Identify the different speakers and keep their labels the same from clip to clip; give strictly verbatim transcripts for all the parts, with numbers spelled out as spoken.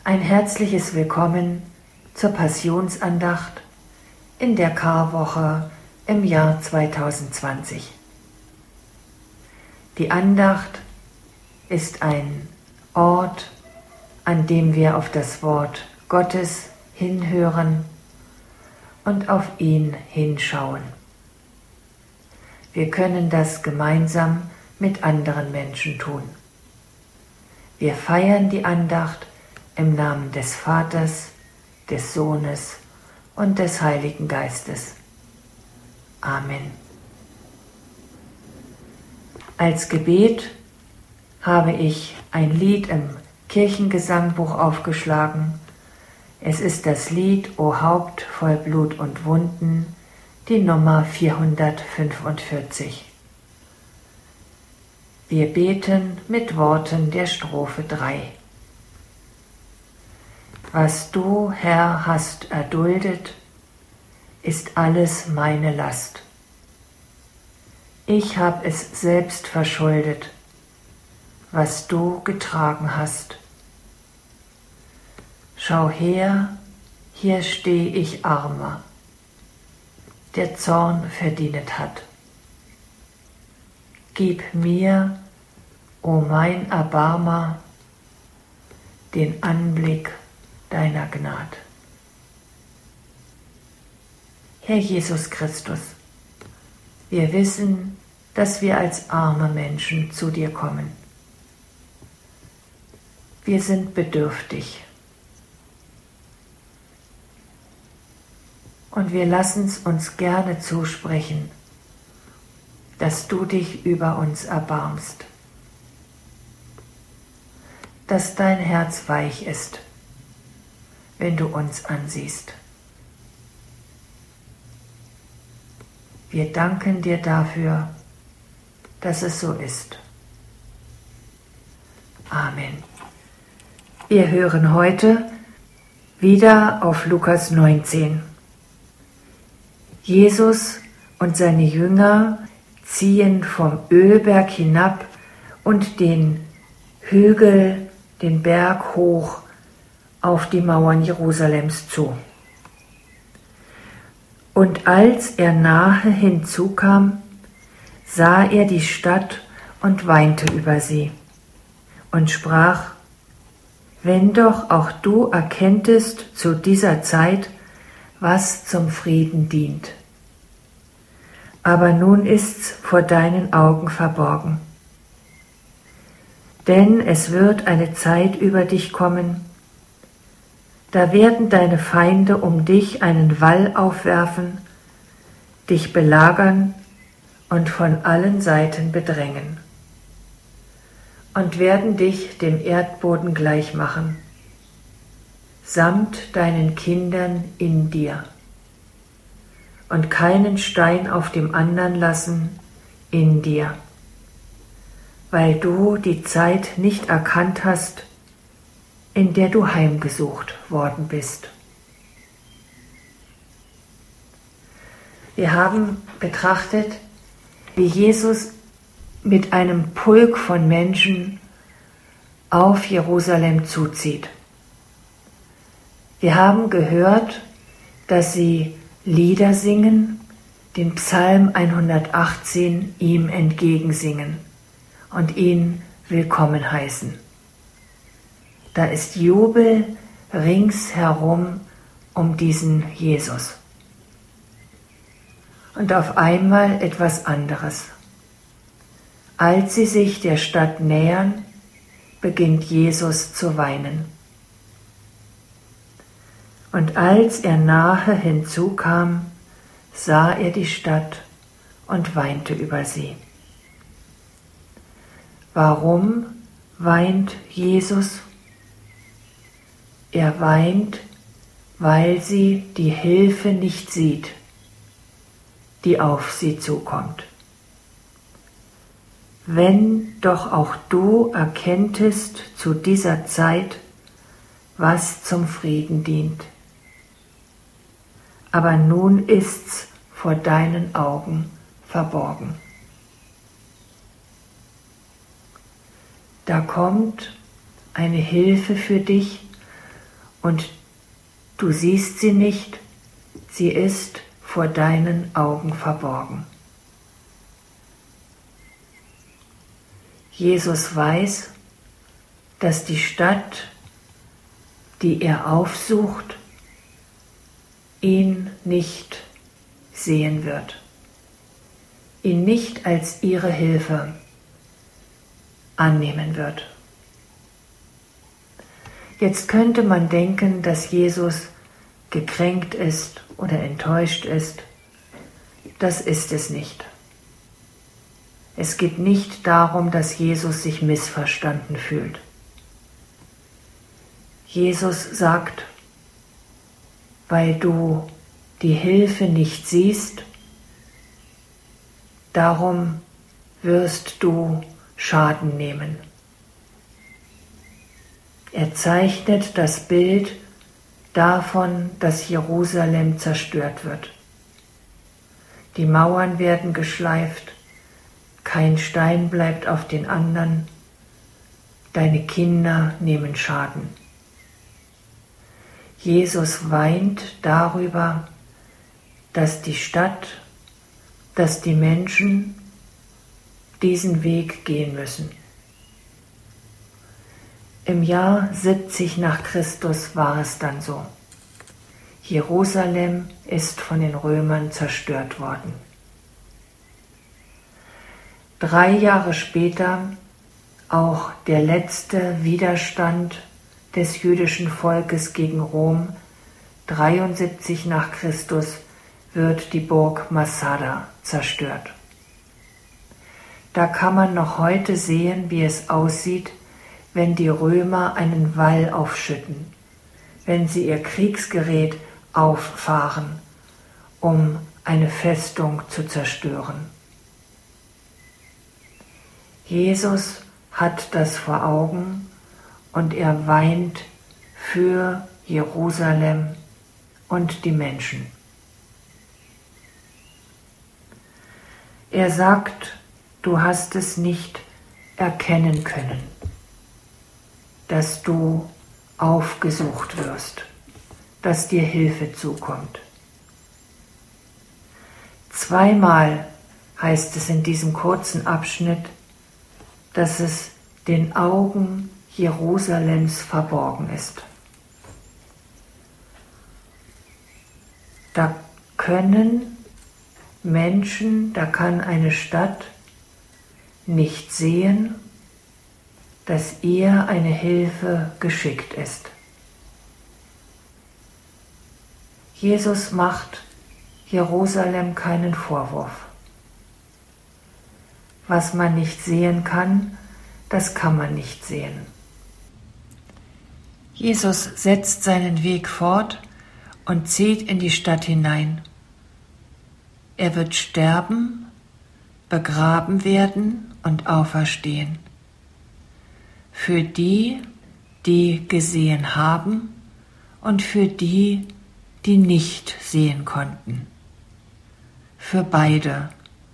Speaker 1: Ein herzliches Willkommen zur Passionsandacht in der Karwoche im Jahr zweitausendzwanzig. Die Andacht ist ein Ort, an dem wir auf das Wort Gottes hinhören und auf ihn hinschauen. Wir können das gemeinsam mit anderen Menschen tun. Wir feiern die Andacht im Namen des Vaters, des Sohnes und des Heiligen Geistes. Amen. Als Gebet habe ich ein Lied im Kirchengesangbuch aufgeschlagen. Es ist das Lied O Haupt voll Blut und Wunden, die Nummer vierhundertfünfundvierzig. Wir beten mit Worten der Strophe drei. Was du, Herr, hast erduldet, ist alles meine Last. Ich hab es selbst verschuldet, was du getragen hast. Schau her, hier steh ich Armer, der Zorn verdient hat. Gib mir, o mein Erbarmer, den Anblick deiner Gnad. Herr Jesus Christus, wir wissen, dass wir als arme Menschen zu dir kommen. Wir sind bedürftig. Und wir lassen es uns gerne zusprechen, dass du dich über uns erbarmst, dass dein Herz weich ist, wenn du uns ansiehst. Wir danken dir dafür, dass es so ist. Amen. Wir hören heute wieder auf Lukas neunzehn. Jesus und seine Jünger ziehen vom Ölberg hinab und den Hügel, den Berg hoch auf die Mauern Jerusalems zu. Und als er nahe hinzukam, sah er die Stadt und weinte über sie und sprach: Wenn doch auch du erkenntest zu dieser Zeit, was zum Frieden dient. Aber nun ist's vor deinen Augen verborgen. Denn es wird eine Zeit über dich kommen, da werden deine Feinde um dich einen Wall aufwerfen, dich belagern und von allen Seiten bedrängen und werden dich dem Erdboden gleich machen, samt deinen Kindern in dir, und keinen Stein auf dem anderen lassen in dir, weil du die Zeit nicht erkannt hast, in der du heimgesucht worden bist. Wir haben betrachtet, wie Jesus mit einem Pulk von Menschen auf Jerusalem zuzieht. Wir haben gehört, dass sie Lieder singen, den Psalm hundertachtzehn ihm entgegensingen und ihn willkommen heißen. Da ist Jubel ringsherum um diesen Jesus. Und auf einmal etwas anderes. Als sie sich der Stadt nähern, beginnt Jesus zu weinen. Und als er nahe hinzukam, sah er die Stadt und weinte über sie. Warum weint Jesus? Er weint, weil sie die Hilfe nicht sieht, die auf sie zukommt. Wenn doch auch du erkenntest zu dieser Zeit, was zum Frieden dient. Aber nun ist's vor deinen Augen verborgen. Da kommt eine Hilfe für dich und du siehst sie nicht, sie ist vor deinen Augen verborgen. Jesus weiß, dass die Stadt, die er aufsucht, ihn nicht sehen wird, ihn nicht als ihre Hilfe annehmen wird. Jetzt könnte man denken, dass Jesus gekränkt ist oder enttäuscht ist. Das ist es nicht. Es geht nicht darum, dass Jesus sich missverstanden fühlt. Jesus sagt, weil du die Hilfe nicht siehst, darum wirst du Schaden nehmen. Er zeichnet das Bild davon, dass Jerusalem zerstört wird. Die Mauern werden geschleift, kein Stein bleibt auf den anderen, deine Kinder nehmen Schaden. Jesus weint darüber, dass die Stadt, dass die Menschen diesen Weg gehen müssen. Im Jahr siebzig nach Christus war es dann so. Jerusalem ist von den Römern zerstört worden. Drei Jahre später auch der letzte Widerstand des jüdischen Volkes gegen Rom, dreiundsiebzig nach Christus, wird die Burg Massada zerstört. Da kann man noch heute sehen, wie es aussieht, wenn die Römer einen Wall aufschütten, wenn sie ihr Kriegsgerät auffahren, um eine Festung zu zerstören. Jesus hat das vor Augen und er weint für Jerusalem und die Menschen. Er sagt, du hast es nicht erkennen können, dass du aufgesucht wirst, dass dir Hilfe zukommt. Zweimal heißt es in diesem kurzen Abschnitt, dass es den Augen Jerusalems verborgen ist. Da können Menschen, da kann eine Stadt nicht sehen, dass ihr eine Hilfe geschickt ist. Jesus macht Jerusalem keinen Vorwurf. Was man nicht sehen kann, das kann man nicht sehen. Jesus setzt seinen Weg fort und zieht in die Stadt hinein. Er wird sterben, begraben werden und auferstehen. Für die, die gesehen haben und für die, die nicht sehen konnten. Für beide.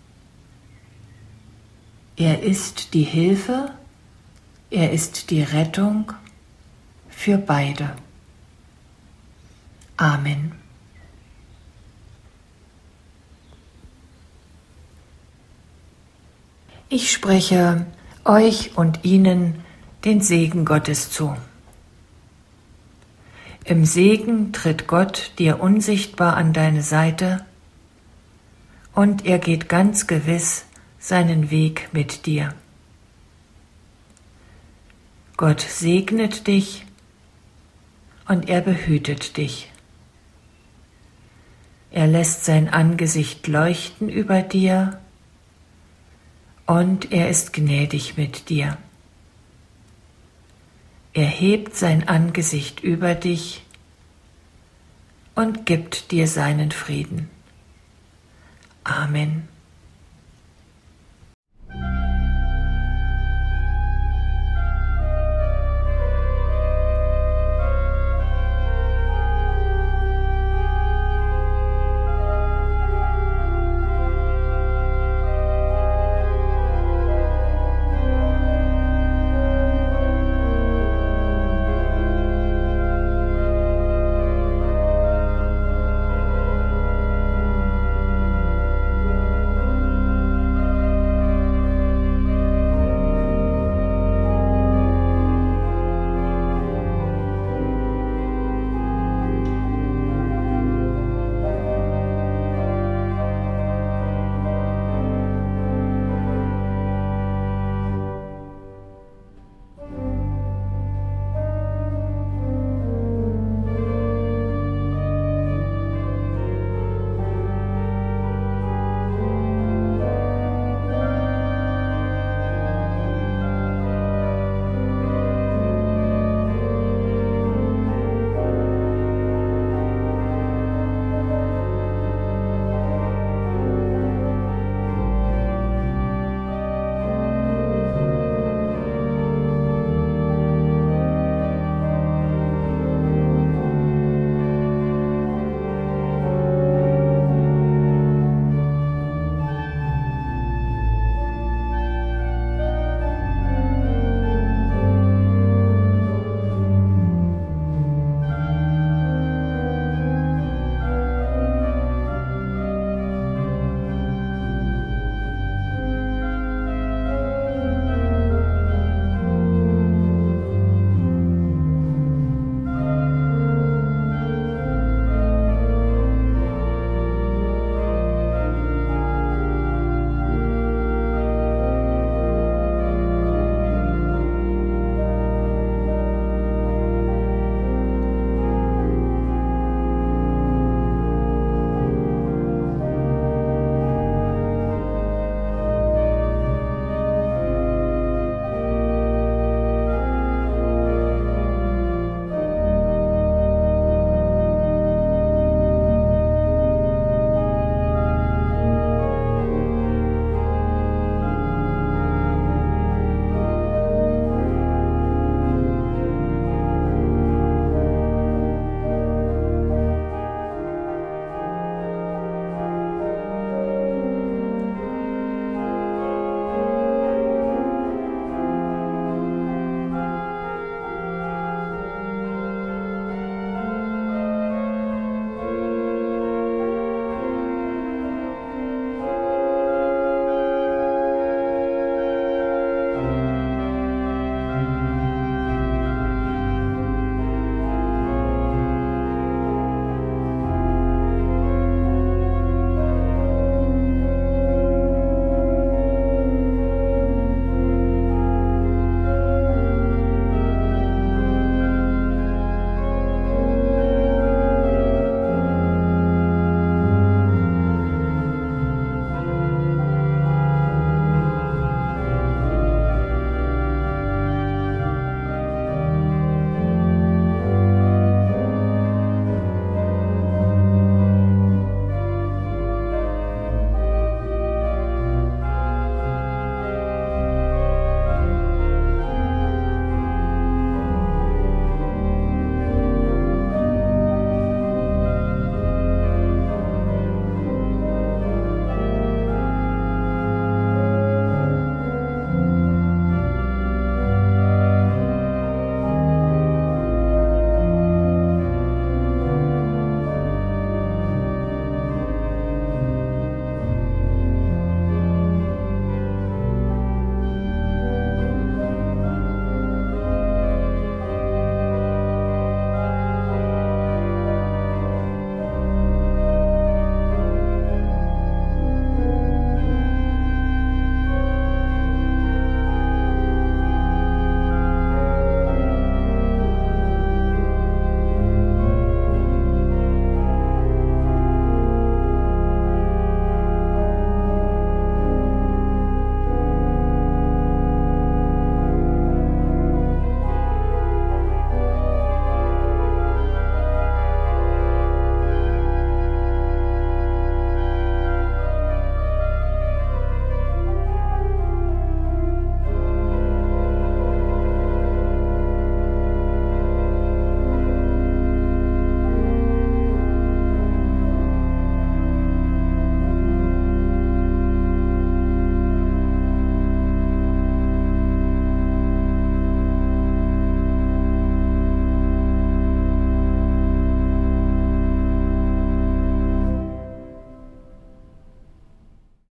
Speaker 1: Er ist die Hilfe, er ist die Rettung für beide. Amen. Ich spreche euch und Ihnen den Segen Gottes zu. Im Segen tritt Gott dir unsichtbar an deine Seite und er geht ganz gewiss seinen Weg mit dir. Gott segnet dich und er behütet dich. Er lässt sein Angesicht leuchten über dir und er ist gnädig mit dir. Er hebt sein Angesicht über dich und gibt dir seinen Frieden. Amen.